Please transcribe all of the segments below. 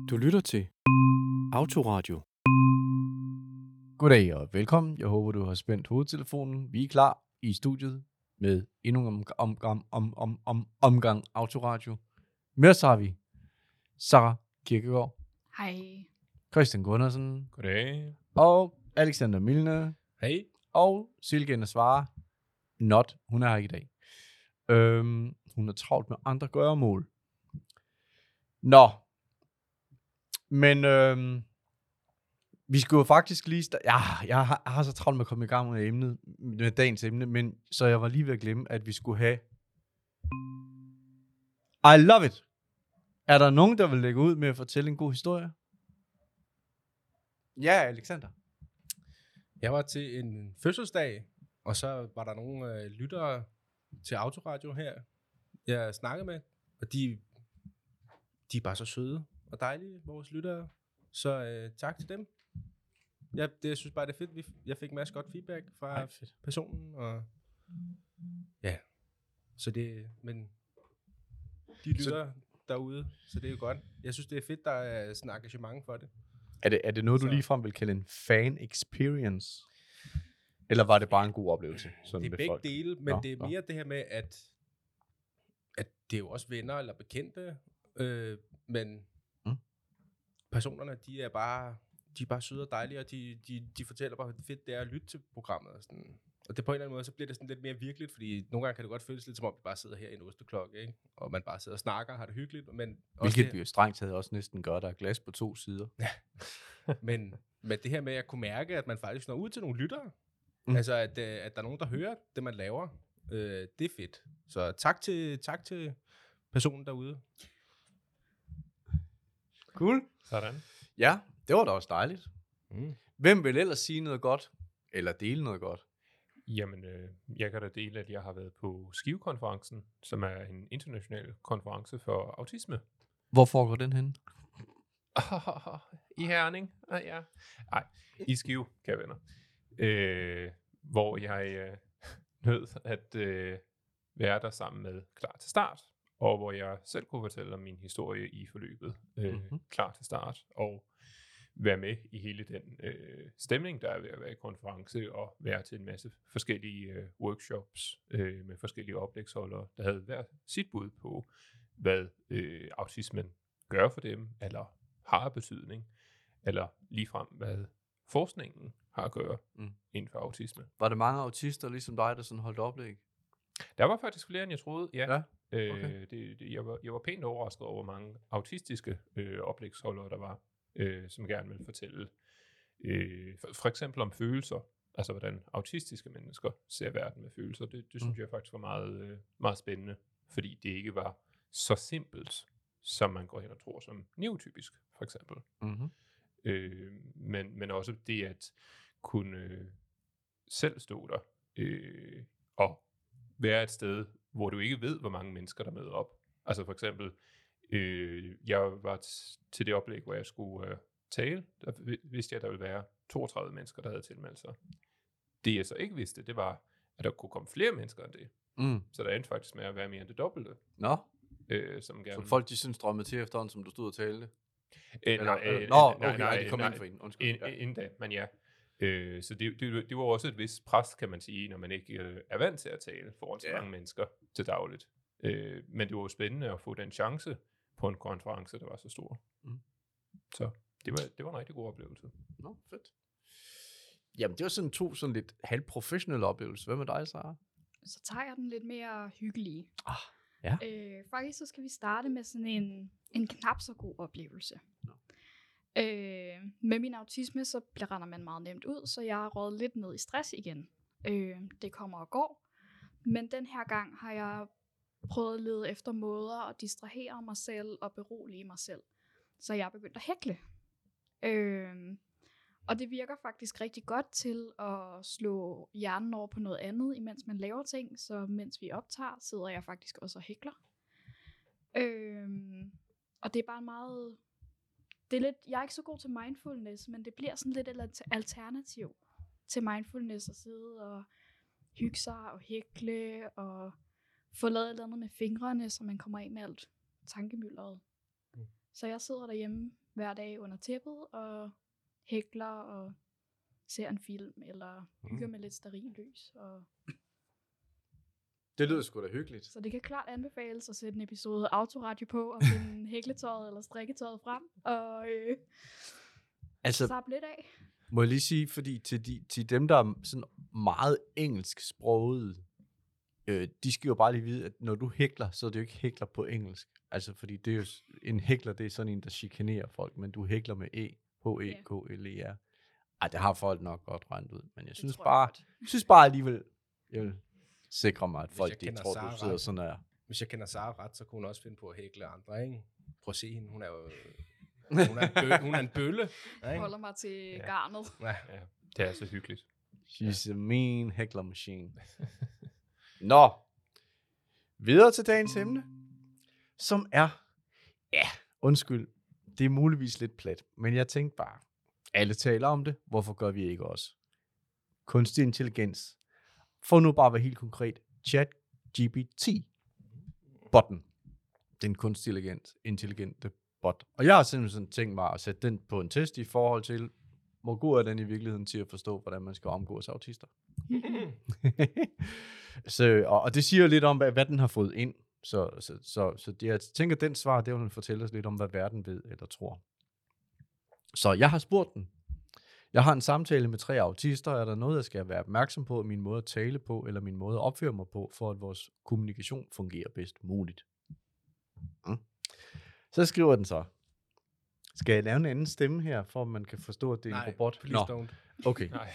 Du lytter til Autoradio. Goddag og velkommen. Jeg håber, du har spændt hovedtelefonen. Vi er klar i studiet med endnu en omgang Autoradio. Med os har vi Sarah Kirkegaard, Hej. Christian Gundersen Goddag. og Alexander Milne Hej. og Silke Svare. Hun er her ikke i dag. Hun er travlt med andre gøremål. Nå. Men vi skulle jo faktisk lige... Jeg har så travlt med at komme i gang med dagens emne, men så jeg var lige ved at glemme, at vi skulle have... I love it! Er der nogen, der vil lægge ud med at fortælle en god historie? Ja, Alexander. Jeg var til en fødselsdag, og så var der nogle lyttere til Autoradio her, jeg snakkede med, og de er bare så søde og dejlige, vores lyttere. Så tak til dem. Jeg synes bare, det er fedt. Jeg fik en masse godt feedback fra personen, og ja, så det, men de lytter derude, så det er jo godt. Jeg synes, det er fedt, der er sådan engagement for det. Er det noget, du ligefrem vil kalde en fan experience? Eller var det bare en god oplevelse? Sådan Det er med begge folk? dele, men det er mere det her med, at det er jo også venner eller bekendte, men personerne, de er bare søde og dejlige, og de fortæller bare, hvor fedt det er at lytte til programmet. Og, sådan. Og det på en eller anden måde, så bliver det sådan lidt mere virkeligt, fordi nogle gange kan det godt føles lidt som om, vi bare sidder her i en osteklokke, ikke? Og man bare sidder og snakker og har det hyggeligt. Men hvilket vi jo strengt taget også næsten gør, der er glas på 2 sider. Ja. men det her med at kunne mærke, at man faktisk når ud til nogle lyttere, altså at der er nogen, der hører det, man laver, det er fedt. Så tak til personen derude. Cool. Sådan. Ja, det var da også dejligt. Hvem vil ellers sige noget godt? Eller dele noget godt? Jamen, jeg kan da dele, at jeg har været på Skive-konferencen, som er en international konference for autisme. Hvor foregår den henne? I Herning. Ja. Nej, i Skive, kære venner. Hvor jeg nød at være der sammen med Klar til Start, og hvor jeg selv kunne fortælle om min historie i forløbet Klar til Start, og være med i hele den stemning, der er ved at være i konference, og være til en masse forskellige workshops med forskellige oplægsholdere, der havde hver sit bud på, hvad autismen gør for dem, eller har af betydning, eller ligefrem hvad forskningen har at gøre inden for autisme. Var det mange autister, ligesom dig, der sådan holdt oplæg? Der var faktisk flere, end jeg troede, ja. Okay. Jeg var pænt overrasket over, hvor mange autistiske oplægsholdere, der var, som gerne vil fortælle for eksempel om følelser, altså hvordan autistiske mennesker ser verden med følelser. Det synes jeg faktisk var meget, meget spændende, fordi det ikke var så simpelt, som man går hen og tror som neurotypisk, for eksempel. Men også det at kunne selv stå der og være et sted, hvor du ikke ved, hvor mange mennesker, der møder op. Altså for eksempel, jeg var til det oplæg, hvor jeg skulle tale. Der vidste jeg, at der ville være 32 mennesker, der havde tilmeldt sig. Det jeg så ikke vidste, det var, at der kunne komme flere mennesker end det. Så der endte faktisk med at være mere end det dobbelte. Nå. Som gerne... Så folk, de synes strømmede til efterhånden, som du stod og talte? Nej, det kom ind for en. Undskyld. Inden da, men ja. Så det var også et vist pres, kan man sige, når man ikke er vant til at tale foran så mange mennesker til dagligt. Men det var jo spændende at få den chance på en konference, der var så stor. Så det var en rigtig god oplevelse. Nå, fedt. Jamen, det var sådan 2 sådan lidt halvprofessionelle oplevelser. Hvad med dig, Sarah? Så tager jeg den lidt mere hyggelige. Ja. Faktisk så skal vi starte med sådan en knap så god oplevelse. Nå. Med min autisme, så render man meget nemt ud, så jeg har røget lidt ned i stress igen. Det kommer og går. Men den her gang har jeg prøvet at lede efter måder at distrahere mig selv og berolige mig selv. Så jeg er begyndt at hækle. Og det virker faktisk rigtig godt til at slå hjernen over på noget andet, imens man laver ting. Så mens vi optager, sidder jeg faktisk også og hækler. Og det er bare meget... Det er lidt, jeg er ikke så god til mindfulness, men det bliver sådan lidt et alternativ til mindfulness at sidde og hygge sig og hækle og få lavet et eller andet med fingrene, så man kommer af med alt tankemylderet. Så jeg sidder derhjemme hver dag under tæppet og hækler og ser en film, eller hygger med lidt stearinlys. Og Det lyder sgu da hyggeligt. så det kan klart anbefales at sætte en episode autoradio på, og finde hækletøjet eller strikketøjet frem, og Altså, slappe lidt af. må jeg lige sige, fordi til dem, der er sådan meget engelsksproget, de skal jo bare lige vide, at når du hækler, så er det jo ikke hækler på engelsk. Altså, fordi det er jo, en hækler, det er sådan en, der chikanerer folk, men du hækler med H-E-K-L-E-R. Ej, det har folk nok godt regnet ud, men jeg Det synes tror bare, godt. jeg synes bare alligevel, jeg vil sikre mig, at Hvis folk jeg de kender tror, Sara du sidder ret. sådan der. Hvis jeg kender Sara ret, så kunne hun også finde på at hækle andre, ikke? Prøv at se hende, hun er jo... hun er en bølle. Ikke? Holder mig til garnet. Ja. Ja, det er så hyggeligt. She's a mean heckler machine. Nå, videre til dagens emne, som er, undskyld, det er muligvis lidt plat, men jeg tænkte bare, alle taler om det, hvorfor gør vi ikke også? Kunstig intelligens. For nu bare at være helt konkret, ChatGPT-botten. Den kunstig intelligente bot. Og jeg har simpelthen tænkt mig at sætte den på en test i forhold til, hvor god er den i virkeligheden til at forstå, hvordan man skal omgås autister. Og det siger jo lidt om, hvad den har fået ind. Så jeg tænker, den svar, det vil fortælle os lidt om, hvad verden ved eller tror. Så jeg har spurgt den. Jeg har en samtale med 3 autister. Er der noget, jeg skal være opmærksom på, min måde at tale på, eller min måde at opføre mig på, for at vores kommunikation fungerer bedst muligt? Så skriver den så. Skal jeg lave en anden stemme her, for at man kan forstå, at det er en robot? please don't. Okay. Nej,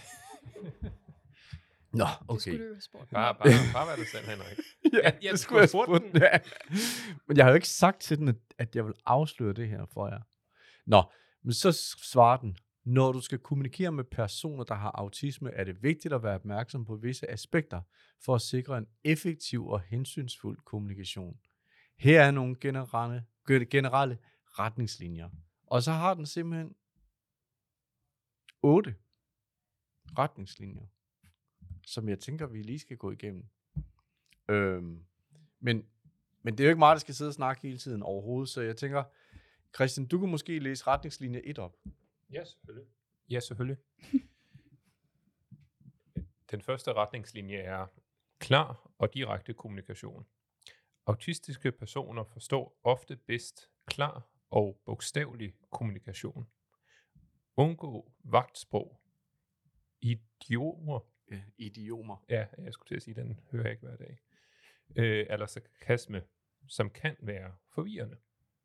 Det Nå, skulle okay. du jo have spurgt. bare vær dig selv, Henrik. Ja, det skulle jeg have spurgt den. Ja. Men jeg har jo ikke sagt til den, at jeg vil afsløre det her for jer. Nå, men så svarer den. Når du skal kommunikere med personer, der har autisme, er det vigtigt at være opmærksom på visse aspekter for at sikre en effektiv og hensynsfuld kommunikation. Her er nogle generelle retningslinjer. Og så har den simpelthen 8 retningslinjer, som jeg tænker, vi lige skal gå igennem. Men det er jo ikke mig, der skal sidde og snakke hele tiden overhovedet, så jeg tænker, Christian, du kunne måske læse retningslinje 1 op. Ja, selvfølgelig. Ja, selvfølgelig. Den første retningslinje er klar og direkte kommunikation. Autistiske personer forstår ofte bedst klar og bogstavelig kommunikation. Undgå vagtsprog. Idiomer. Ja, jeg skulle til at sige, den hører jeg ikke hver dag. Eller sarkasme, som kan være forvirrende.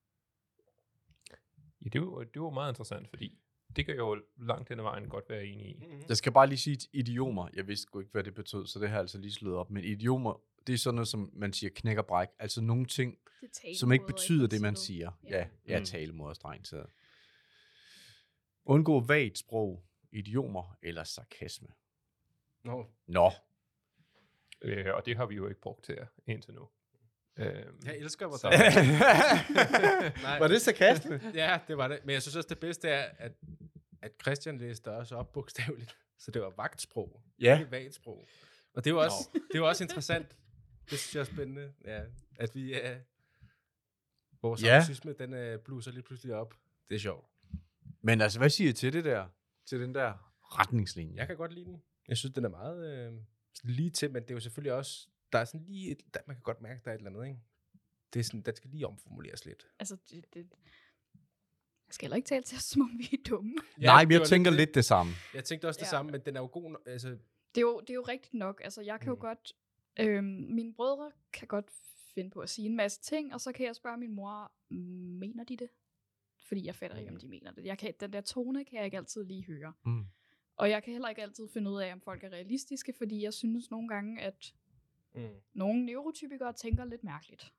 Ja, det var meget interessant, fordi det kan jo langt hen ad vejen godt være enig i. Jeg skal bare lige sige idiomer. Jeg vidste sgu ikke, hvad det betød, så det har jeg altså lige slået op. Men idiomer, det er sådan noget, som man siger knæk og bræk. Altså nogle ting, som ikke betyder det, man siger. Ja, talemåder strengt taget. Undgå vagt sprog, idiomer eller sarkasme. Nå. Og det har vi jo ikke brugt til indtil nu. Jeg elsker, hvor så- Nej. Var det sarkasme? Ja, det var det. Men jeg synes også, det bedste er, at Christian læste også op bogstaveligt. Så det var vagtsprog, Ja. ikke vagsprog. Og det var også interessant. Det synes jeg er spændende. Ja, at vi vores autisme, den bluser lige pludselig op. Det er sjovt. Men altså, hvad siger I til det der? Til den der retningslinje? Jeg kan godt lide den. Jeg synes, den er meget lige til, men det er jo selvfølgelig også, der er sådan lige, man kan godt mærke, der er et eller andet, ikke? Det er sådan, den skal lige omformuleres lidt. Altså, jeg skal heller ikke tale til os, som om vi er dumme. Nej, men det jeg var tænker det. lidt det samme. Jeg tænkte også det Ja. samme, men den er jo god. Altså, Det er jo rigtigt nok. Altså, jeg kan jo godt... mine brødre kan godt finde på at sige en masse ting, og så kan jeg spørge min mor, mener de det? Fordi jeg fatter ikke, om de mener det. Den der tone kan jeg ikke altid lige høre. Mm. Og jeg kan heller ikke altid finde ud af, om folk er realistiske, fordi jeg synes nogle gange, at nogle neurotypikere tænker lidt mærkeligt.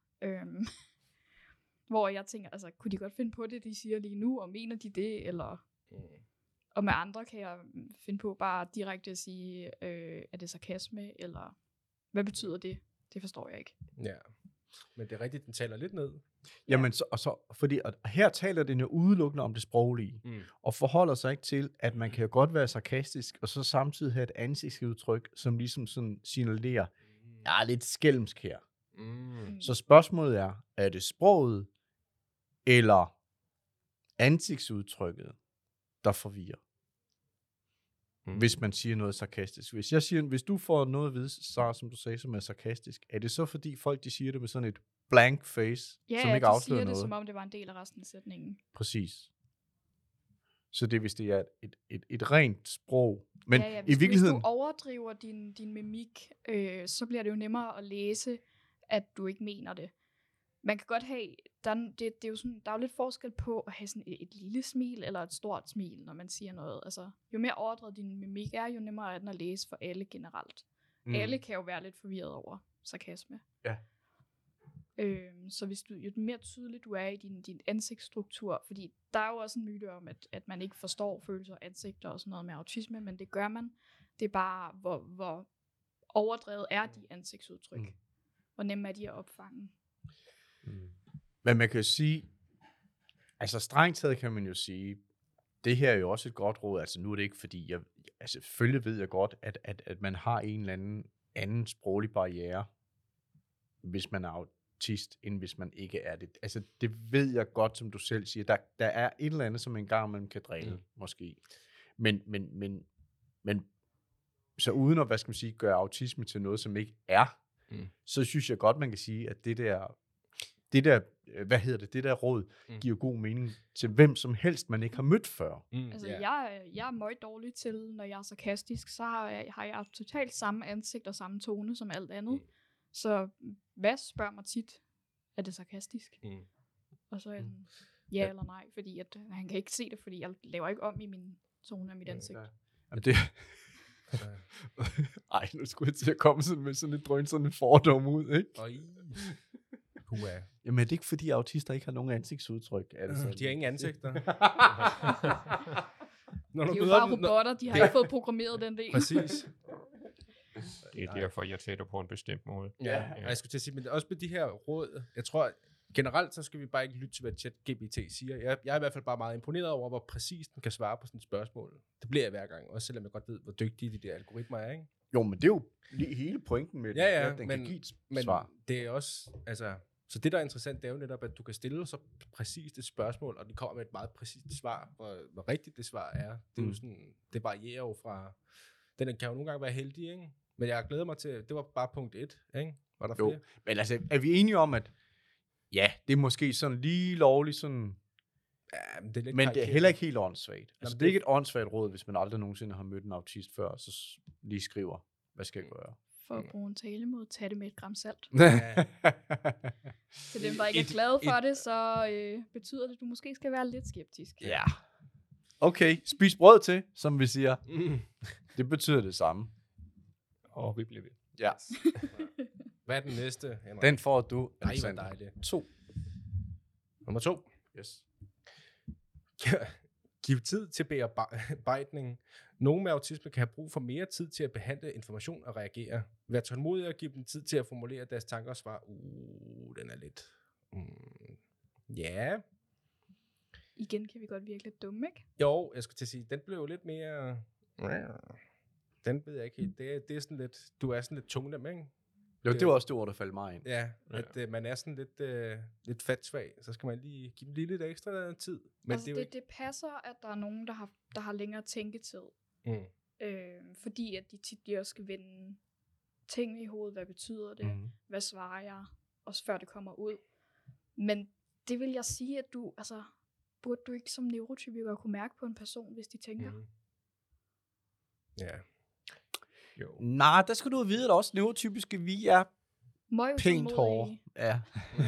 Hvor jeg tænker, altså, kunne de godt finde på det, de siger lige nu, og mener de det, eller... Og med andre kan jeg finde på bare direkte at sige, er det sarkasme, eller hvad betyder det? Det forstår jeg ikke. Ja, men det er rigtigt, den taler lidt ned. Jamen, fordi her taler den jo udelukkende om det sproglige, og forholder sig ikke til, at man kan jo godt være sarkastisk, og så samtidig have et ansigtsudtryk, som ligesom sådan signalerer, jeg er lidt skælmsk her. Så spørgsmålet er det sproget, eller ansigtsudtrykket, der forvirrer. Hvis man siger noget sarkastisk. Hvis du får noget at vide, så som du sagde, som er sarkastisk, er det så fordi folk, de siger det med sådan et blank face, Ja, som ikke de afslører siger noget? det, som om det var en del af resten af sætningen. Præcis. Så det, hvis det er et rent sprog. Men ja, i virkeligheden... Hvis du overdriver din mimik, så bliver det jo nemmere at læse, at du ikke mener det. Man kan godt have, det er jo sådan, der er jo lidt forskel på at have sådan et lille smil eller et stort smil, når man siger noget. Altså, jo mere overdrevet din mimik er, jo nemmere er den at læse for alle generelt. Alle kan jo være lidt forvirret over sarkasme. Ja. Så jo mere tydelig du er i din ansigtsstruktur, fordi der er jo også en myte om, at man ikke forstår følelser og ansigter og sådan noget med autisme, men det gør man. Det er bare, hvor overdrevet er de ansigtsudtryk. Hvor nemme er de at opfange. Men man kan jo sige, altså strengt taget kan man jo sige, det her er jo også et godt råd, altså nu er det ikke fordi, selvfølgelig ved jeg godt, at man har en eller anden sproglig barriere, hvis man er autist, end hvis man ikke er det. Altså det ved jeg godt, som du selv siger, der er et eller andet, som en gang man kan drille, måske. Men så uden at, hvad skal man sige, gøre autisme til noget, som ikke er, så synes jeg godt, man kan sige, at det der råd giver god mening til hvem som helst, man ikke har mødt før. Jeg er meget dårlig til, når jeg er sarkastisk, så har jeg totalt samme ansigt og samme tone som alt andet. Så hvad spørger mig tit, er det sarkastisk? Og så er jeg sådan, ja eller nej, fordi at, han kan ikke se det, fordi jeg laver ikke om i min tone af mit ansigt. Jamen det... Ej, nu skulle jeg til at komme med sådan et drøn, sådan en fordom ud, ikke? Jamen er det ikke fordi autister ikke har nogen ansigtsudtryk? Altså, de har ingen ansigter. De er jo bare robotter, de har ikke fået programmeret den del. Præcis. Det er derfor, jeg taler på en bestemt måde. Ja. Og jeg skulle til at sige, men også med de her råd, jeg tror, generelt så skal vi bare ikke lytte til, hvad ChatGPT siger. Jeg er i hvert fald bare meget imponeret over, hvor præcis den kan svare på sådan et spørgsmål. Det bliver jeg hver gang, også selvom jeg godt ved, hvor dygtige de der algoritmer er, ikke? Jo, men det er jo hele pointen med ja, at den men, kan give et svar. Det er også, altså... Så det, der er interessant, det er jo netop, at du kan stille så præcist et spørgsmål, og de kommer med et meget præcist svar, hvor rigtigt det svar er. Det er jo sådan, det varierer jo fra... Den kan jo nogle gange være heldig, ikke? Men jeg glæder mig til... Det var bare punkt 1, ikke? Var der flere? Men altså, er vi enige om, at ja, det er måske sådan lige lovligt sådan... Ja, men det er lidt men det er heller ikke helt åndssvagt. Altså, det er ikke et åndssvagt råd, hvis man aldrig nogensinde har mødt en autist før, så lige skriver, hvad skal jeg gøre? For at bruge en talemåde, tag det med et gram salt. Ja. Til dem, der ikke er glade for det, så betyder det, at du måske skal være lidt skeptisk. Ja. Okay, spis brød til, som vi siger. Det betyder det samme. Og vi bliver ved. Ja. Hvad er den næste, Henrik? Den får du, Nej, Alexander. hvor dejligt. 2. Nummer 2. Yes. Giv tid til bearbejdning. Nogle med autisme kan have brug for mere tid til at behandle information og reagere. Vær tålmodig og give dem tid til at formulere deres tanker og svar. Den er lidt... Ja. Igen kan vi godt virke lidt dumme, ikke? Jo, jeg skulle til at sige, den blev lidt mere... Den ved jeg ikke helt. Det er sådan lidt... Du er sådan lidt tungnem, ikke? Jo, det var også det ord, der faldt mig ind. Ja, at man er sådan lidt fatsvag, så skal man lige give dem lige lidt ekstra tid. Men altså det passer, at der er nogen, der har længere tænketid. Fordi at de tit lige også skal vende ting i hovedet. Hvad betyder det? Hvad svarer jeg? Også før det kommer ud. Men det vil jeg sige, at burde du ikke som neurotypiker kunne mærke på en person, hvis de tænker? Ja. Jo. Nej, der skal du vide, at også neurotypiske, vi er pænt hårde. Ja.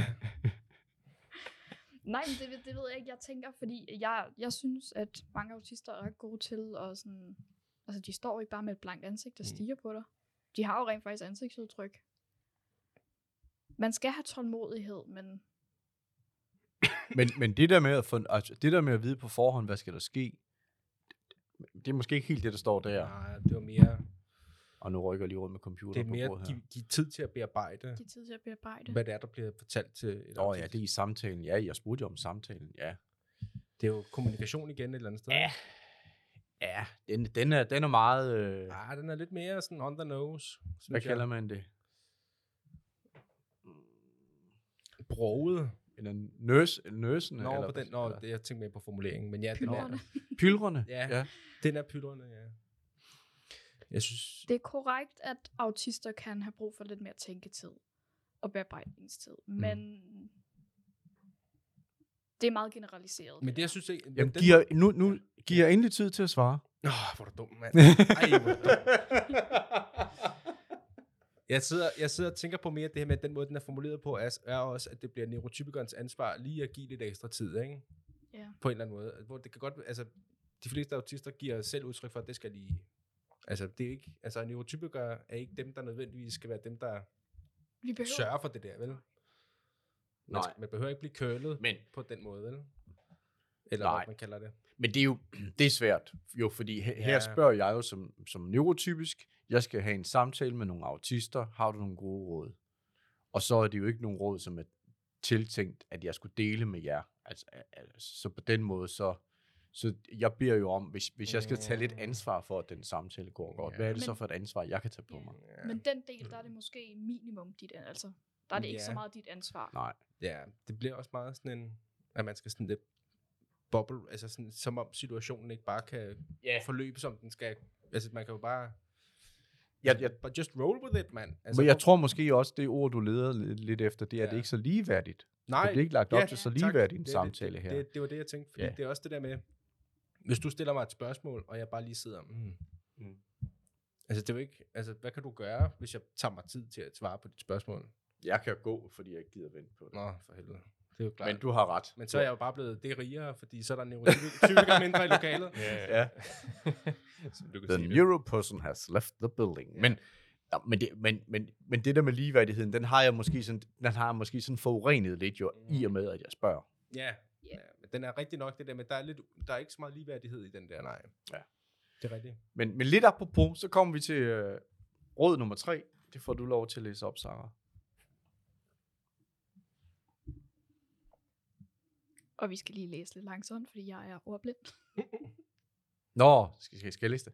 Nej, men det ved jeg ikke. Jeg tænker, fordi jeg synes, at mange autister er gode til at sådan... Altså, de står ikke bare med et blankt ansigt, der stiger på dig. De har jo rent faktisk ansigtsudtryk. Man skal have tålmodighed, men... men det der med det der med at vide på forhånd, hvad skal der ske, det er måske ikke helt det, der står der. Nej, det var mere... Og nu rykker jeg lige rundt med computer. Det er mere give tid til at bearbejde. Give tid til at bearbejde. Hvad det er, der bliver fortalt til et ja, det er i samtalen. Ja, jeg spurgte jo om samtalen, ja. Det er jo kommunikation igen et eller andet sted. Ja, den er meget... den er lidt mere sådan on the nose. Hvad kalder man det? Broget. Eller nøsene? Nå, eller, på den, eller? jeg tænkte mere på formuleringen, men ja, den Pylrerne. er, Pylrene? Ja. den er pyldrene, ja. Jeg synes, Det er korrekt, at autister kan have brug for lidt mere tænketid og bearbejdningstid, men det er meget generaliseret. men det jeg synes ikke... Jamen, den, nu giver jeg endelig tid til at svare. hvor er du dum, mand. Ej, hvor er du dum. Jeg sidder og tænker på mere det her med, at den måde, den er formuleret på, er også, at det bliver neurotypikernes ansvar lige at give lidt ekstra tid, ikke? Ja. På en eller anden måde. Hvor det kan godt, altså, de fleste autister giver selv udtryk for, at det skal lige... Altså, det er ikke... Altså, neurotypikere er ikke dem, der nødvendigvis skal være dem, der Vi behøver sørger for det der, vel? Nej. Man behøver ikke blive curlet Men, på den måde, vel? Eller Nej. hvad man kalder det. men det er svært, jo, fordi her Ja. spørger jeg jo som neurotypisk, jeg skal have en samtale med nogle autister, har du nogle gode råd? Og så er det jo ikke nogle råd, som er tiltænkt, at jeg skulle dele med jer. Altså, så på den måde, så jeg beder jo om, hvis jeg skal tage lidt ansvar for, at den samtale går godt, hvad er det så Men- for et ansvar, jeg kan tage på Ja. mig? Ja. Men den del, der er det måske minimum dit, altså der er det ikke så Ja. meget dit ansvar. Nej. Ja, det bliver også meget sådan en, at man skal sådan lidt bubble, altså sådan, som om situationen ikke bare kan forløbe, som den skal. Altså, man kan jo bare... But just roll with it, man. Altså, Men jeg tror måske også, det ord, du leder lidt efter, det er, at det ikke er så ligeværdigt. nej, Det bliver ikke lagt op til så tak. ligeværdigt en Det- samtale det, her. Det var det, jeg tænkte, fordi Ja. det er også det der med, hvis du stiller mig et spørgsmål, og jeg bare lige sidder, altså det er jo ikke, altså hvad kan du gøre, hvis jeg tager mig tid til at svare på dit spørgsmål? Jeg kan gå, fordi jeg ikke gider vente på det. Nå, for helvede. Det er jo klart. Men du har ret. Men så er jeg jo bare blevet det rigere, fordi så er der neurotypikere mindre i lokalet. Ja. Så du kan The sige det. neuroperson has left the building. Ja. Men det der med ligeværdigheden, den har jeg måske sådan forurenet lidt jo, i og med, at jeg spørger. Ja, men den er rigtig nok det der, men der er ikke så meget ligeværdighed i den der, nej. Ja. Det er rigtigt. Men lidt apropos, så kommer vi til råd nummer 3. Det får du lov til at læse op, Sarah. Og vi skal lige læse lidt langsomt, fordi jeg er ordblind. Nå, skal jeg læse det?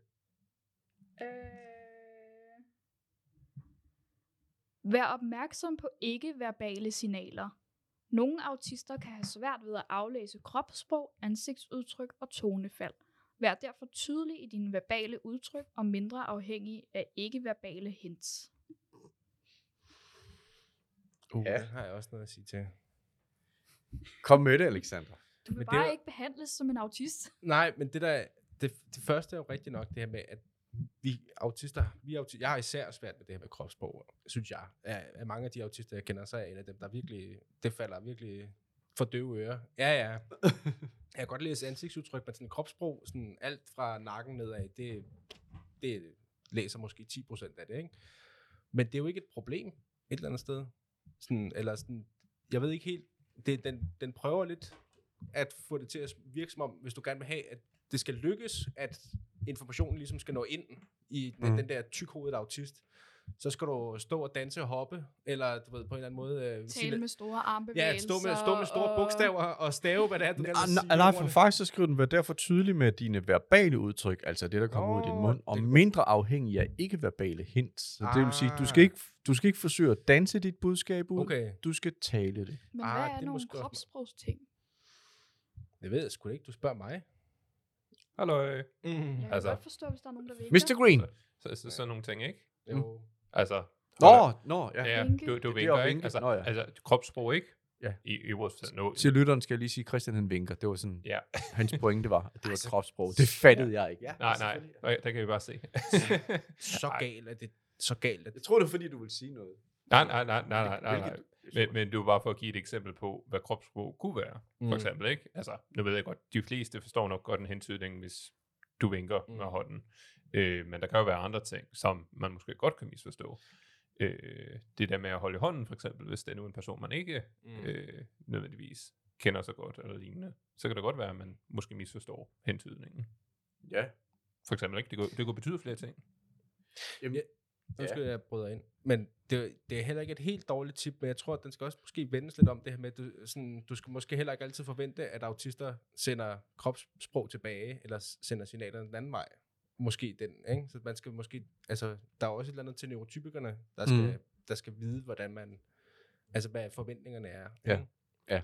Vær opmærksom på ikke-verbale signaler. Nogle autister kan have svært ved at aflæse kropssprog, ansigtsudtryk og tonefald. Vær derfor tydelig i dine verbale udtryk og mindre afhængig af ikke-verbale hints. Ja. Det har jeg også noget at sige til. Kom med det, Alexander. Du vil Men det bare er- ikke behandles som en autist. Nej, men det første er jo rigtigt nok det her med, at vi autister, jeg har især svært med det her med kropssprog, synes jeg. Af mange af de autister, jeg kender, så er jeg en af dem, der virkelig, det falder virkelig for døve ører. Ja. Jeg kan godt læse ansigtsudtryk, men sådan kropssprog, sådan alt fra nakken nedad, det læser måske 10% af det, ikke? Men det er jo ikke et problem et eller andet sted. Sådan, eller sådan, jeg ved ikke helt, den prøver lidt at få det til at virke som om, hvis du gerne vil have, at det skal lykkes, at informationen ligesom skal nå ind i den der tykhovedede autist, så skal du stå og danse og hoppe, eller du ved, på en eller anden måde... Tale med store armbevægelser. stå med store bogstaver og stave, hvad det er, du gerne vil sige. Nej, for faktisk så skriver den, vær derfor tydelig med dine verbale udtryk, altså det, der kommer ud af din mund, og det- mindre afhængig af ikke-verbale hints. Så det vil sige, du skal ikke forsøge at danse dit budskab ud, Okay, du skal tale det. Men Ah, hvad det er er nogle måske også- kropssprogsting? det ved jeg sgu da ikke. Du spørger mig. Halløj. Jeg kan Altså- godt forstå, hvis der er nogen, der vil Mr. Green. Så sådan nogle ting, ikke? Jo. Altså, Nå, ja. ja, Vinke. du Det er vinker, at ikke? vinke. Altså, Nå, ja. altså kropssprog, ikke? Ja. I vores forstand. Til lytteren skal jeg lige sige, at Christian han vinker. Det var sådan, Ja. hans pointe var, at det var et kropssprog. Det fattede jeg ikke. Ja, Nej, der kan vi bare se. Så galt er det. Så galt er det. Jeg tror, det var, fordi du ville sige noget. Nej. Men du er bare for at give et eksempel på, hvad kropssprog kunne være, for eksempel, ikke? Altså, nu ved jeg godt, de fleste forstår nok godt en hentydning, hvis du vinker med hånden. Men der kan jo være andre ting, som man måske godt kan misforstå. Det der med at holde i hånden, for eksempel, hvis det er nu en person, man ikke nødvendigvis kender så godt, eller lignende, så kan det godt være, at man måske misforstår hentydningen. Ja. For eksempel, ikke? Det kunne betyde flere ting. Jamen, Nu skal jeg bryde ind. Men det er heller ikke et helt dårligt tip, men jeg tror, at den skal også måske vendes lidt om det her med, at du skal måske heller ikke altid forvente, at autister sender kropssprog tilbage, eller sender signaler den anden vej. Måske den, ikke? Så man skal måske, altså, der er også et eller andet til neurotypikerne, der skal vide, hvordan man, altså hvad forventningerne er. Ja. Ikke? Ja.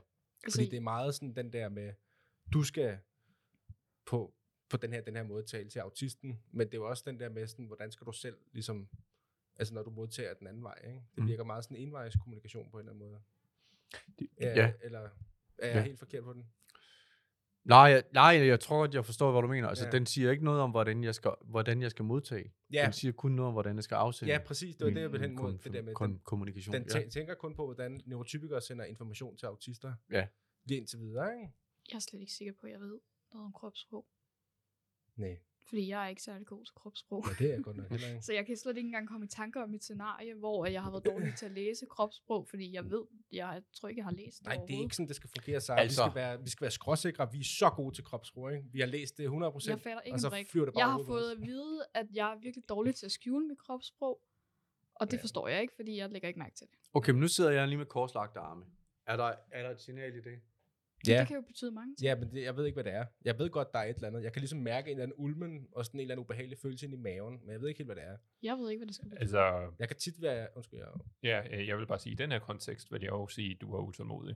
Fordi det er meget sådan den der med, du skal på den her måde tale til autisten, men det er jo også den der med sådan, hvordan skal du selv ligesom, altså når du modtager den anden vej, ikke? Det virker meget sådan envejskommunikation på en eller anden måde. Eller er jeg helt forkert på den? Nej, jeg tror, at jeg forstår, hvad du mener. Altså, den siger ikke noget om, hvordan jeg skal modtage. Ja. Den siger kun noget om, hvordan jeg skal afsende. Ja, præcis. Det var det, jeg ville hen mod. Det der med kommunikation. Den tænker kun på, hvordan neurotypikere sender information til autister. Ja. Lige indtil videre, ikke? Jeg er slet ikke sikker på, at jeg ved noget om kropssprog. Nej. Fordi jeg er ikke særlig god til kropssprog. Ja, det er godt nok heller ikke. Så jeg kan slet ikke engang komme i tanker om et scenarie, hvor jeg har været dårlig til at læse kropssprog, fordi jeg tror ikke, jeg har læst det. Nej, det er ikke sådan, det skal fungere så. Altså. Vi skal være skråsikre. Vi er så gode til kropssprog, ikke? Vi har læst det 100%. Jeg fatter ikke og så en brik. flyver det bare Jeg har ud på fået os. at vide, at jeg er virkelig dårlig til at skjule mit kropssprog. Og det forstår jeg ikke, fordi jeg lægger ikke mærke til det. Okay, men nu sidder jeg lige med korslagte arme. Er der et signal i det? Ja. Det kan jo betyde mange ting. Ja, men jeg ved ikke, hvad det er. Jeg ved godt, der er et eller andet. Jeg kan ligesom mærke en eller anden ulmen, og sådan en eller anden ubehagelig følelse ind i maven, men jeg ved ikke helt, hvad det er. Jeg ved ikke, hvad det skal betyde. Altså, Jeg kan tit være... Undskyld, jeg vil bare sige, i den her kontekst vil jeg jo sige, at du er utålmodig.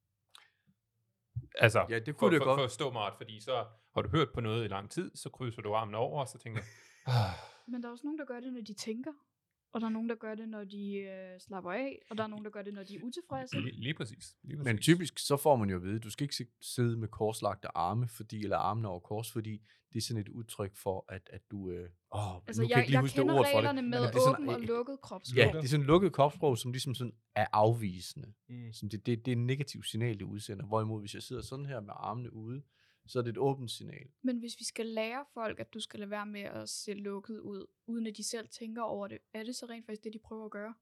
Altså, Ja, det kunne det godt. Forstå mig ret, fordi så har du hørt på noget i lang tid, så krydser du armen over, og så tænker Men der er også nogen, der gør det, når de tænker. Og der er nogen, der gør det, når de slapper af. Og der er nogen, der gør det, når de er utilfredse. lige præcis. Men typisk så får man jo at vide, du skal ikke sidde med korslagte arme, eller armene over kors, fordi det er sådan et udtryk for, at du... Altså, nu kan jeg lige huske kender ordet for reglerne det, med men det er sådan- åben og lukket kropssprog. Ja, det er sådan et lukket kropssprog, som ligesom sådan er afvisende. Mm. Som det er et negativt signal, det udsender. Hvorimod, hvis jeg sidder sådan her med armene ude, så er det et åbent signal. Men hvis vi skal lære folk, at du skal lade være med at se lukket ud, uden at de selv tænker over det, er det så rent faktisk det, de prøver at gøre?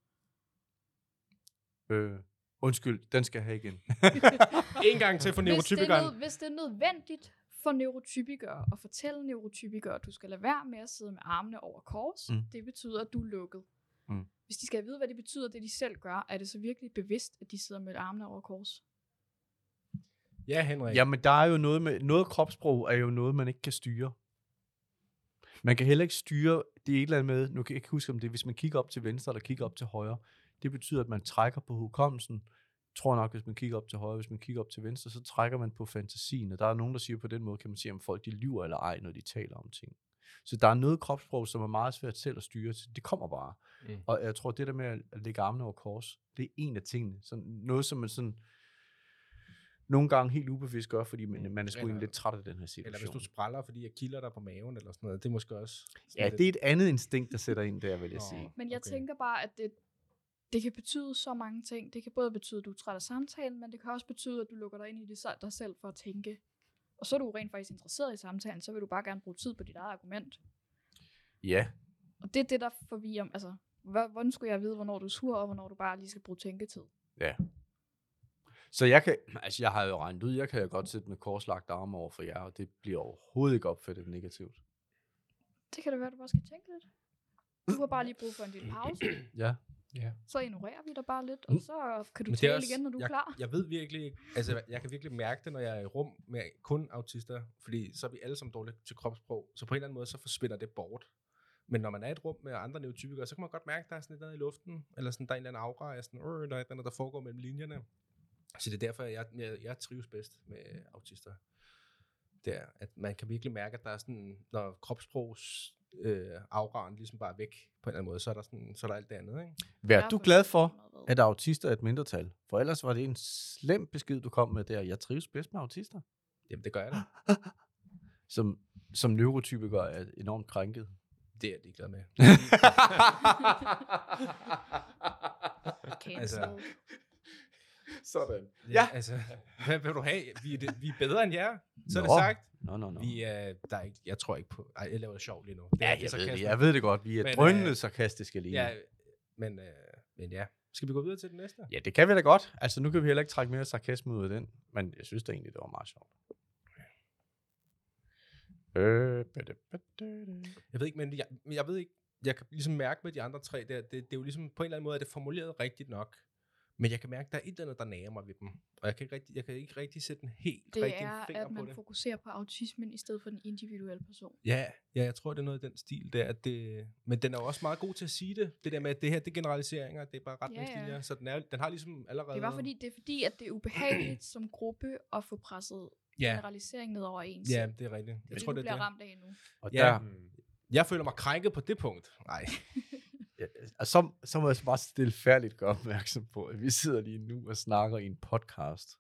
Undskyld, den skal jeg have igen. En gang til for neurotypikeren. Hvis det er nødvendigt for neurotypikere at fortælle neurotypikere, at du skal lade være med at sidde med armene over kors, det betyder, at du er lukket. Hvis de skal vide, hvad det betyder, det de selv gør, er det så virkelig bevidst, at de sidder med armene over kors? Ja, Henrik. Jamen, der er jo noget kropssprog er jo noget, man ikke kan styre. Man kan heller ikke styre det et eller andet med, nu kan jeg ikke huske om det, hvis man kigger op til venstre eller kigger op til højre, det betyder, at man trækker på hukommelsen. Tror nok, hvis man kigger op til højre, hvis man kigger op til venstre, så trækker man på fantasien, og der er nogen, der siger på den måde, kan man sige, om folk de lyver eller ej, når de taler om ting. Så der er noget kropssprog, som er meget svært selv at styre, det kommer bare. Og jeg tror, det der med at lægge armene over kors, det er en af tingene. Sådan noget, som man sådan nogle gange helt ubevidst gør, fordi man er sgu egentlig lidt træt af den her situation. Eller hvis du spræller, fordi jeg kilder dig på maven, eller sådan noget. Det er måske også... Ja, det er et andet instinkt, der sætter ind der, vil jeg sige. Men jeg tænker bare, at det kan betyde så mange ting. Det kan både betyde, at du er træt af samtalen, men det kan også betyde, at du lukker dig ind i dig selv for at tænke. Og så er du rent faktisk interesseret i samtalen, så vil du bare gerne bruge tid på dit eget argument. Ja. Og det er det, der forvirrer. Altså, hvordan skulle jeg vide, hvornår du er sur, og hvornår du bare lige skal bruge tænketid? Ja. Så jeg har jo regnet ud, jeg kan jo godt sætte med korslagt arme over for jer, og det bliver overhovedet ikke opfattet negativt. Det kan det være, du bare skal tænke lidt. Du har bare lige brug for en lille pause. Ja. Så ignorerer vi dig bare lidt, og så kan du Men det er tale også- igen, når du er klar. Jeg ved virkelig ikke, altså jeg kan virkelig mærke det, når jeg er i rum med kun autister, fordi så er vi alle sammen dårlige til kropssprog, så på en eller anden måde, så forsvinder det bort. Men når man er i et rum med andre neurotypikere, så kan man godt mærke, at der er sådan et eller andet i luften, eller sådan, der er en eller anden aura, sådan, der er et eller andet, der foregår mellem linjerne. Så det er derfor, jeg trives bedst med autister. Det er, at man kan virkelig mærke, at der er sådan, når kropssprogs auraen ligesom bare er væk på en eller anden måde, så er der alt det andet, ikke? Vær du glad for, at autister er et mindretal? For ellers var det en slem besked, du kom med der. Jeg trives bedst med autister. Jamen, det gør jeg da. Som neurotypiker er enormt krænket. Det er jeg ligeglad med. Altså, Sådan. Ja, altså, hvad vil du have? Vi er bedre end jer, så er det Nå. sagt. Nå. Vi er, der er ikke, jeg tror ikke på, jeg laver det sjovt lige nu. Ja, jeg ved det godt. Vi er drønende sarkastiske lige nu. Ja, men ja. Skal vi gå videre til den næste? Ja, det kan vi da godt. Altså, nu kan vi heller ikke trække mere sarkasme ud af den. Men jeg synes da egentlig, det var meget sjovt. Jeg ved ikke, men jeg ved ikke, jeg kan ligesom mærke med de andre tre der, det er jo ligesom, på en eller anden måde er det formuleret rigtigt nok, Men jeg kan mærke, at der er et eller andet, der nager mig ved dem. Og jeg kan ikke rigtig sætte en helt Det rigtig er, finger at på man det. fokuserer på autismen i stedet for den individuelle person. Ja, jeg tror, det er noget i den stil der. Men den er jo også meget god til at sige det. Det der med, at det her, det er generaliseringer, det er bare retningslinjer. Så den har ligesom allerede... Det er fordi, at det er ubehageligt som gruppe at få presset generalisering ned over ens. Ja, det er rigtigt. Jeg tror, det bliver ramt af nu. Og Ja. Jeg føler mig krænket på det punkt. Nej. Ja, og så må jeg bare stilfærdigt gøre opmærksom på, at vi sidder lige nu og snakker i en podcast,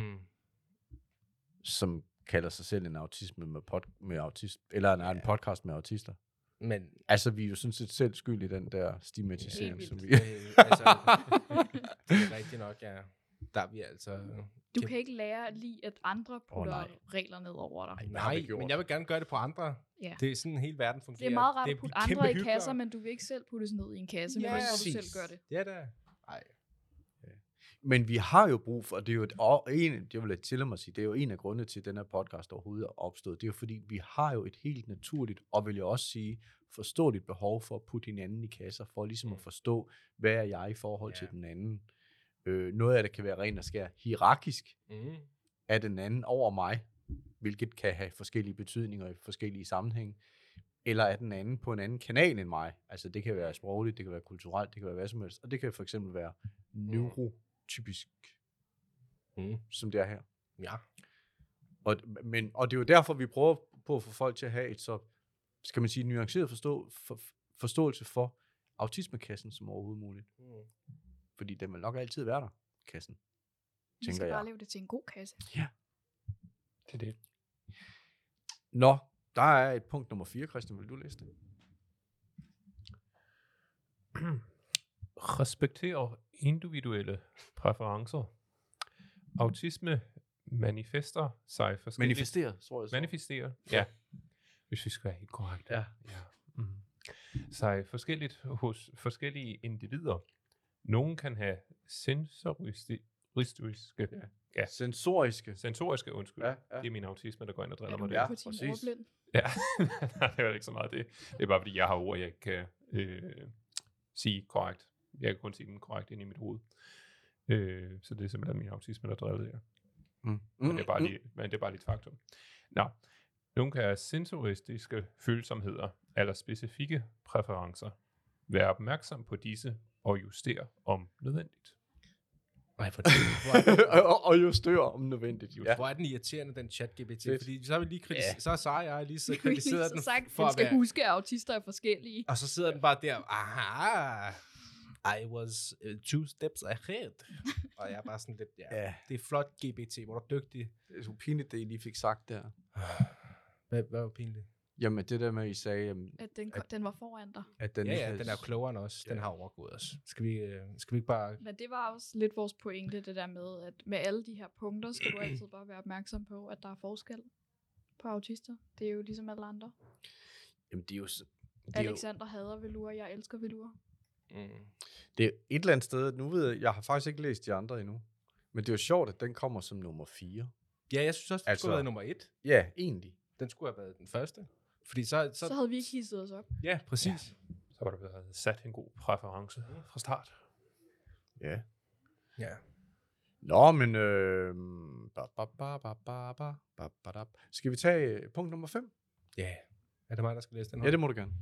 som kalder sig selv en autisme med autist, eller en podcast med autister. Men altså, vi er jo sådan set selv skyld i den der stigmatisering, som vi... altså, det er rigtigt nok, ja. Der er vi altså... Du kan ikke lære lige, at andre putter regler ned over dig. Nej, men jeg vil gerne gøre det på andre. Ja. Det er sådan, hele verden fungerer. Det er meget rart at putte andre i kasser, men du vil ikke selv puttes ned i en kasse, men du selv gør det. Ja, da. Nej. Men vi har jo brug for, og det er jo det vil jeg tillade mig at sige, det er jo en af grundene til, at den her podcast overhovedet er opstået. Det er jo fordi, vi har jo et helt naturligt, og vil jeg også sige, forståeligt behov for at putte hinanden i kasser, for ligesom at forstå, hvad er jeg i forhold til den anden. Noget af det kan være rent og skær hierarkisk af den anden over mig, hvilket kan have forskellige betydninger i forskellige sammenhænge, eller er den anden på en anden kanal end mig. Altså det kan være sprogligt, det kan være kulturelt, det kan være hvad som helst, og det kan for eksempel være neurotypisk, som det er her. Ja. Og det er jo derfor, vi prøver på at få folk til at have et så, skal man sige, nuanceret forståelse for autismekassen som overhovedet muligt. Fordi den vil nok altid være der, kassen. Vi skal bare lave det til en god kasse. Ja. Det er det. Nå, der er et punkt nummer 4, Christian. Vil du læse det? Respektere individuelle præferencer. Autisme manifesterer sig forskelligt. Manifesterer, ja. Hvis vi skal være helt korrekt. Ja. Sig forskelligt hos forskellige individer. Nogle kan have sensoriske, undskyld. Ja. Det er min autisme, der går ind og driller mig det. Er du på din ordblind? Ja, nej, det er ikke så meget det. Det er bare fordi, jeg har ord, jeg ikke kan sige korrekt. Jeg kan kun sige den korrekt ind i mit hoved. Så det er simpelthen min autisme, der driller det her. Men det er bare lidt faktum. Nå, nogle kan have sensoristiske følsomheder eller specifikke præferencer. Vær opmærksom på disse og justere om nødvendigt. Og justere om nødvendigt. Ja. Hvor er den irriterende, den ChatGPT? Fordi så har vi lige kritiseret, så har jeg lige så kritiseret den for at være... huske, at autister er forskellige. Og så sidder den bare der, I was 2 steps ahead. Og jeg er bare sådan lidt, det er flot GPT, hvor du er dygtig. Det er så pinligt, det I lige fik sagt der. Hvad var pinligt? Jamen, det der med, I sagde... At den var foran dig. At den den er jo klogere end os. Den har overgået os. Skal vi ikke bare... Men det var også lidt vores pointe, det der med, at med alle de her punkter, skal du altid bare være opmærksom på, at der er forskel på autister. Det er jo ligesom alle andre. Jamen, det er jo... Alexander hader velour, jeg elsker velour. Det er et eller andet sted... Nu ved jeg har faktisk ikke læst de andre endnu. Men det er jo sjovt, at den kommer som nummer 4. Ja, jeg synes også, det skulle have været nummer 1. Ja, egentlig. Den skulle have været den første. Fordi så havde vi ikke hisset os op. Ja, præcis. Ja. Så var der blevet sat en god præference fra start. Ja. Ja. Nå, men... Skal vi tage punkt nummer 5? Ja. Er det mig, der skal læse den her? Ja, det må du gerne.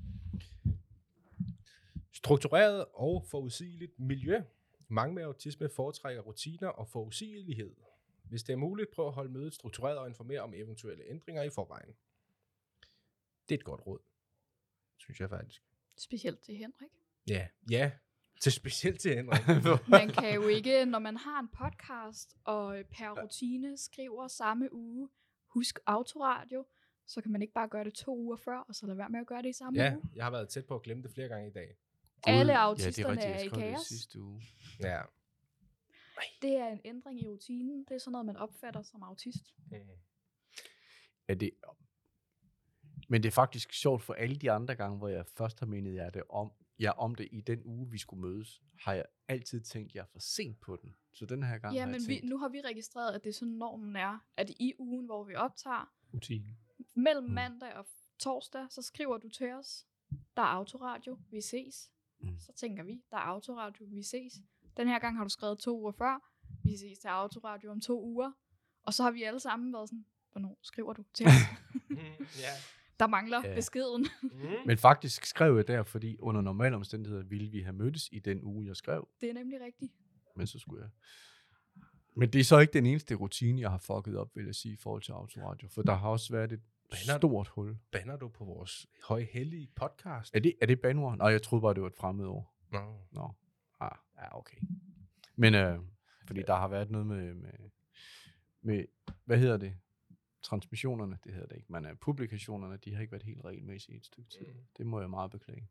Struktureret og forudsigeligt miljø. Mange med autisme foretrækker rutiner og forudsigelighed. Hvis det er muligt, prøv at holde mødet struktureret og informere om eventuelle ændringer i forvejen. Det er et godt råd, synes jeg faktisk. Specielt til Henrik. Ja. Specielt til Henrik. Man kan jo ikke, når man har en podcast, og per rutine skriver samme uge, husk autoradio, så kan man ikke bare gøre det 2 uger før, og så lade være med at gøre det i samme uge. Ja, jeg har været tæt på at glemme det flere gange i dag. Alle autisterne er i kaos. Sidste uge. Ja. Det er en ændring i rutinen. Det er sådan noget, man opfatter som autist. Er det... Men det er faktisk sjovt, for alle de andre gange, hvor jeg først har mindet om det i den uge, vi skulle mødes, har jeg altid tænkt, at jeg er for sent på den. Så den her gang har jeg men tænkt... nu har vi registreret, at det er sådan normen er, at i ugen, hvor vi optager, rutinen. Mellem mandag og torsdag, så skriver du til os, der er autoradio, vi ses. Så tænker vi, der er autoradio, vi ses. Den her gang har du skrevet 2 uger før. Vi ses til autoradio om 2 uger. Og så har vi alle sammen været sådan, hvornår skriver du til os? Ja. Der mangler Ja. beskeden. Men faktisk skrev jeg der, fordi under normale omstændigheder ville vi have mødtes i den uge, jeg skrev. Det er nemlig rigtigt. Men så skulle jeg. Men det er så ikke den eneste rutine, jeg har fucket op, vil jeg sige, i forhold til autoradio. For der har også været et stort hul. Banner du på vores højhellige podcast? Er det banord? Nej, jeg troede bare, det var et fremmedord. Nå. Ja, okay. Men fordi der har været noget med hvad hedder det? Transmissionerne, det hedder det ikke. Men publikationerne, de har ikke været helt regelmæssige i et stykke tid. Det må jeg meget beklage.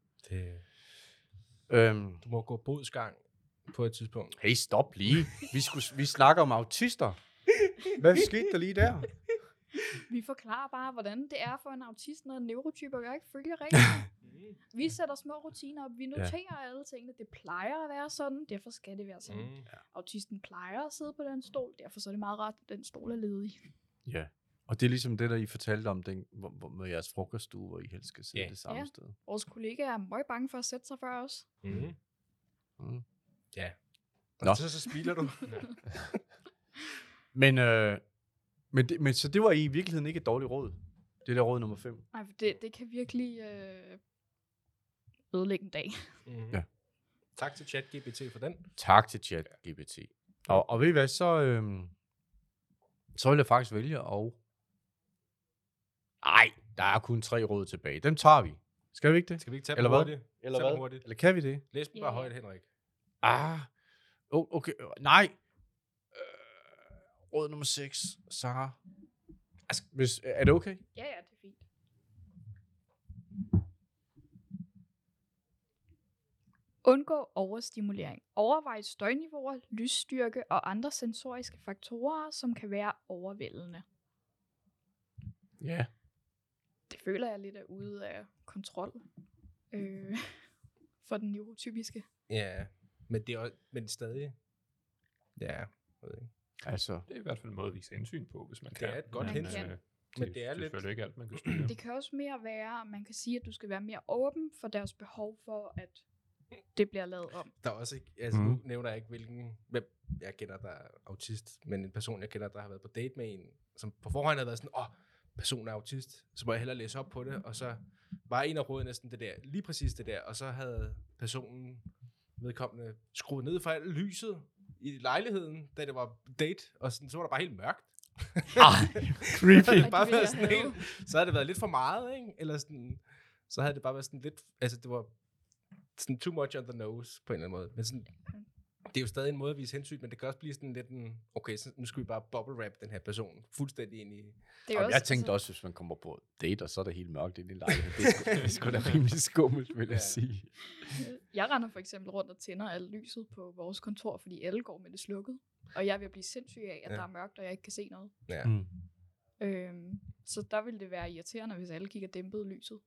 Du må gå bodsgang på et tidspunkt. Hey, stop lige. Vi snakker om autister. Hvad skete der lige der? Vi forklarer bare, hvordan det er for en autist, når neurotyper gør ikke følger reglerne. Vi sætter små rutiner op. Vi noterer alle tingene. Det plejer at være sådan. Derfor skal det være sådan. Autisten plejer at sidde på den stol. Derfor så er det meget rart, at den stol er ledig. Ja. Og det er ligesom det, der I fortalte om den, med jeres frokoststue, hvor I helst skal sidde det samme sted. Vores kollegaer er meget bange for at sætte sig før os. Ja. Nå. Og så spilder du. Men så det var i virkeligheden ikke et dårligt råd. Det er der råd nummer 5. Nej, for det kan virkelig ødelægge en dag. Ja. Tak til ChatGPT for den. Tak til ChatGPT. Og ved I hvad, så vil jeg faktisk vælge at... Ej, der er kun 3 råd tilbage. Dem tager vi. Skal vi ikke det? Skal vi ikke tage Eller dem hvad? hurtigt? Eller Tag dem hvad? hurtigt. Eller kan vi det? Læs dem bare højt, Henrik. Okay. Nej. Råd nummer 6. Sarah. Altså, er det okay? Ja, det er fint. Undgå overstimulering. Overvej støjniveauer, lysstyrke og andre sensoriske faktorer, som kan være overvældende. Ja. Det føler jeg lidt er ude af kontrol for den neurotypiske. Ja, men det er også, men stadig. Ja, jeg ved ikke. Altså, Det er i hvert fald en måde at vise hensyn på, hvis man Det kan. er et godt Man hensyn. kan. Men det er lidt... selvfølgelig ikke alt, man kan styre. Det kan også mere være, man kan sige, at du skal være mere åben for deres behov for, at det bliver lavet om. Der er også ikke, altså nu nævner jeg ikke, hvem jeg kender, der er autist, men en person, jeg kender, der har været på date med en, som på forhånd har været sådan, personen er autist, så må jeg hellere læse op på det, og så var en af rådene næsten det der, lige præcis det der, og så havde personen vedkommende skruet ned for alt lyset i lejligheden, da det var date, og sådan, så var der bare helt mørkt. creepy. Og Bare det vil været jeg sådan have. helt, så havde det været lidt for meget, ikke? Eller sådan, så havde det bare været sådan lidt, altså det var sådan too much on the nose, på en eller anden måde. Men sådan, det er jo stadig en måde at vise hensyn, men det kan også blive sådan lidt en, okay, så nu skal vi bare bubble wrap den her person fuldstændig ind i... Det er Jeg tænkte også, hvis man kommer på date, og så er det helt mørkt i din lejlighed. Det er sgu da rimelig skummelt, vil jeg sige. Jeg render for eksempel rundt og tænder alt lyset på vores kontor, fordi alle går med det slukket. Og jeg vil blive sindssyg af, at der er mørkt, og jeg ikke kan se noget. Ja. Så der vil det være irriterende, hvis alle kigger dæmpet lyset.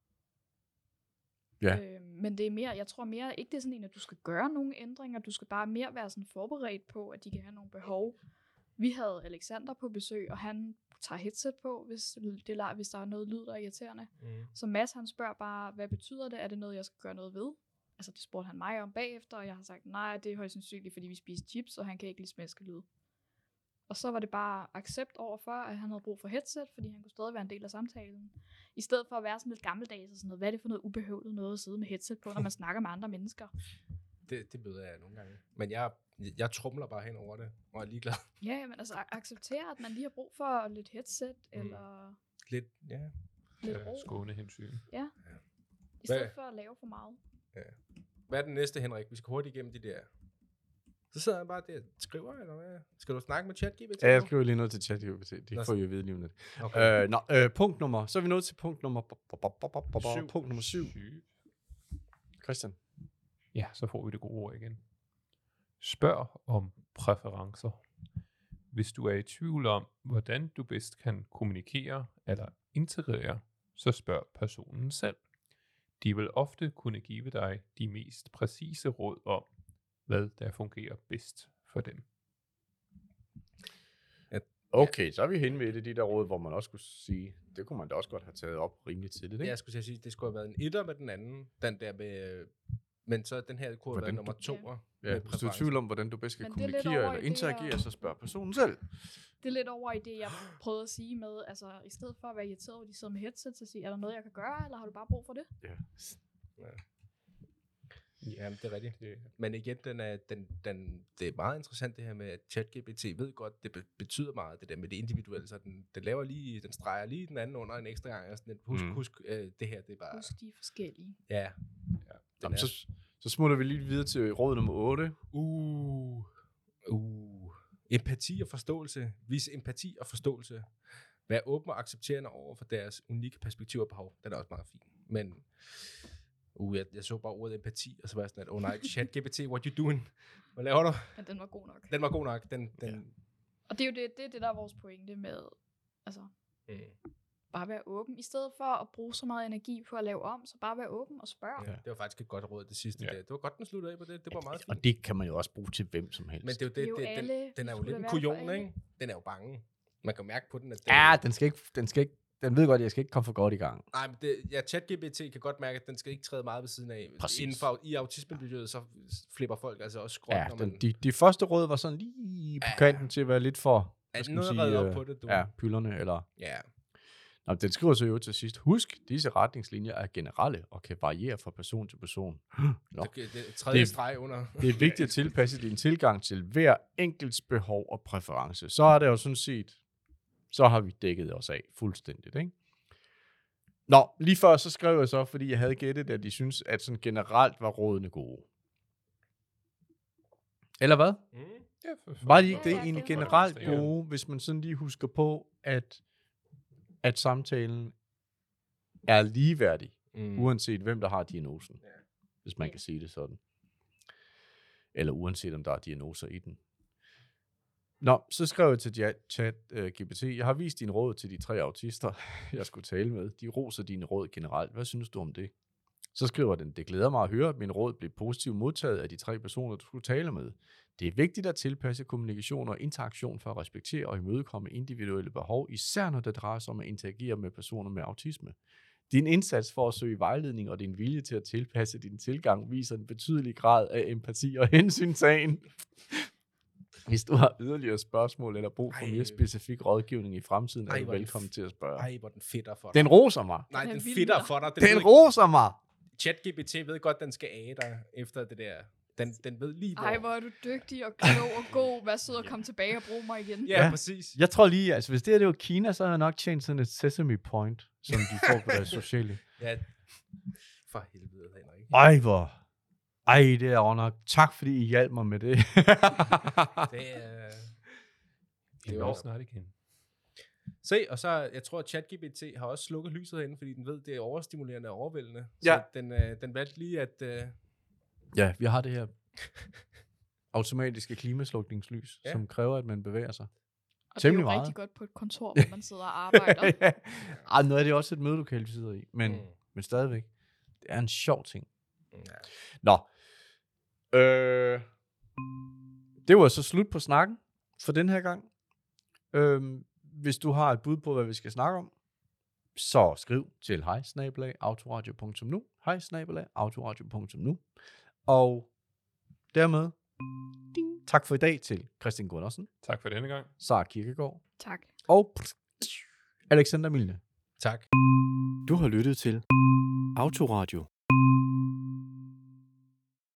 Ja. Men det er mere, jeg tror mere, ikke det er sådan en, at du skal gøre nogle ændringer, du skal bare mere være sådan forberedt på, at de kan have nogle behov. Vi havde Alexander på besøg, og han tager headset på, hvis der er noget lyd, der er irriterende. Så Mads, han spørger bare, hvad betyder det? Er det noget, jeg skal gøre noget ved? Altså, det spurgte han mig om bagefter, og jeg har sagt, nej, det er højst sandsynligt, fordi vi spiser chips, og han kan ikke lide smæskelyd. Og så var det bare accept overfor, at han havde brug for headset, fordi han kunne stadig være en del af samtalen. I stedet for at være sådan lidt gammeldags og sådan noget, hvad er det for noget ubehøvlet noget at sidde med headset på, når man snakker med andre mennesker? Det møder jeg nogle gange. Men jeg trumler bare hen over det, og er ligeglad. Ja, men altså acceptere, at man lige har brug for lidt headset, eller Lidt, ja. lidt ro. Skåne hensyn. Ja. I stedet for at lave for meget. Hvad er den næste, Henrik? Vi skal hurtigt igennem de der. Så sidder han bare der og skriver, eller hvad? Skal du snakke med ChatGPT? Ja, jeg skriver lige noget til ChatGPT. Det får I at vide lige om lidt. Okay. Punkt nummer. Så er vi nået til punkt nummer... Syv. Punkt nummer 7. Christian. Ja, så får vi det gode ord igen. Spørg om præferencer. Hvis du er i tvivl om, hvordan du bedst kan kommunikere eller integrere, så spørg personen selv. De vil ofte kunne give dig de mest præcise råd om, hvad der fungerer bedst for dem. Okay, så er vi henne ved det, de der råd, hvor man også skulle sige, det kunne man da også godt have taget op rimelig tidligt, ikke? Jeg skulle sige, det skulle have været en etter med den anden. Den der med, Men så den her kunne have været Hvordan nummer 2. Ja, hvis du er i tvivl om, hvordan du bedst skal Men det er lidt kommunikere over eller i det, interagere, jeg- så spørg personen selv. Det er lidt over i det, jeg prøvede at sige med, altså i stedet for at være irriteret over, at de sidder med headset, så sige, er der noget, jeg kan gøre, eller har du bare brug for det? Ja. Ja, det er rigtigt. Men igen, det er meget interessant det her med, at ChatGPT ved godt, det betyder meget, det der med det individuelle, så den streger lige den anden under en ekstra gang, og sådan, husk, det her, det er bare... Husk, de er forskellige. Ja. Jamen, så smutter vi lige videre til råd nummer 8. Empati og forståelse. Vis empati og forståelse. Vær åben og accepterende over for deres unikke perspektiver og behov. Den er også meget fin. Men jeg så bare ordet empati, og så var jeg sådan, at nej, ChatGPT, what you doing? Hvad laver du? Men den var god nok. Den var god nok. Og det er jo det, der er vores pointe med, altså, bare være åben. I stedet for at bruge så meget energi på at lave om, så bare være åben og spørge. Ja, det var faktisk et godt råd, det sidste. Ja. Det var godt, den sluttede af på det. Det var meget fint. Og det kan man jo også bruge til hvem som helst. Men det er jo det, den er jo lidt en kujon, ikke? Den er jo bange. Man kan mærke på den, at den skal ikke, den ved godt, at jeg skal ikke komme for godt i gang. Nej, men ChatGPT kan godt mærke, at den skal ikke træde meget ved siden af. Præcis. I autismemiljøet, så flipper folk altså også skråt, Ja, når man... de første råd var sådan lige på kanten til at være lidt for, noget op på det, du. Ja, pylderne, eller... Ja. Nå, den skriver så jo til sidst, husk, disse retningslinjer er generelle og kan variere fra person til person. Nå. Det er tredje streg under. Det er vigtigt at tilpasse din tilgang til hver enkelts behov og præference. Så er det jo sådan set, så har vi dækket os af fuldstændigt, ikke? Nå, lige før så skrev jeg så, fordi jeg havde gættet, at de synes, at sådan generelt var rådene gode. Eller hvad? Var de ikke det egentlig generelt gode, hvis man sådan lige husker på, at samtalen er ligeværdig, uanset hvem der har diagnosen, hvis man kan sige det sådan. Eller uanset om der er diagnoser i den. Nå, så skrev jeg til ChatGPT, jeg har vist dine råd til de 3 autister, jeg skulle tale med. De roser dine råd generelt. Hvad synes du om det? Så skriver den, det glæder mig at høre, at min råd blev positivt modtaget af de 3 personer, du skulle tale med. Det er vigtigt at tilpasse kommunikation og interaktion for at respektere og imødekomme individuelle behov, især når det drejer sig om at interagere med personer med autisme. Din indsats for at søge vejledning og din vilje til at tilpasse din tilgang viser en betydelig grad af empati og hensyntagen. Hvis du har yderligere spørgsmål eller brug for mere specifik rådgivning i fremtiden, er du velkommen til at spørge. Ej, hvor den fedter for dig. Den roser mig. Nej, den fedter for dig. Den roser mig. ChatGPT ved godt, den skal age dig efter det der. Den ved lige, hvor... Ej, hvor er du dygtig og klog og god. Vær sød og komme tilbage og bruge mig igen. Ja, præcis. Jeg tror lige, altså hvis det var Kina, så havde jeg nok tjent sådan et Sesame Point, som de får på deres sociale. Ja, for helvede, Henrik. Ej, det er jo nok. Tak, fordi I hjalp mig med det. Det var snart igen. Se, og så, jeg tror, at ChatGPT har også slukket lyset herinde, fordi den ved, det er overstimulerende og overvældende. Ja. Så den valgte lige at... Ja, vi har det her automatiske klimaslukningslys, som kræver, at man bevæger sig. Og det er jo meget. rigtig godt på et kontor, hvor man sidder og arbejder. Ej, nu er det også et mødelokale, vi sidder i, men stadigvæk. Det er en sjov ting. Ja. Nå. Det var så slut på snakken for den her gang. Hvis du har et bud på, hvad vi skal snakke om, så skriv til hej@autoradio.nu, hej@autoradio.nu. Og dermed, tak for i dag til Christian Gundersen, Tak for denne gang. Sara Kirkegaard Tak. og Alexander Milne. Tak. Du har lyttet til Autoradio.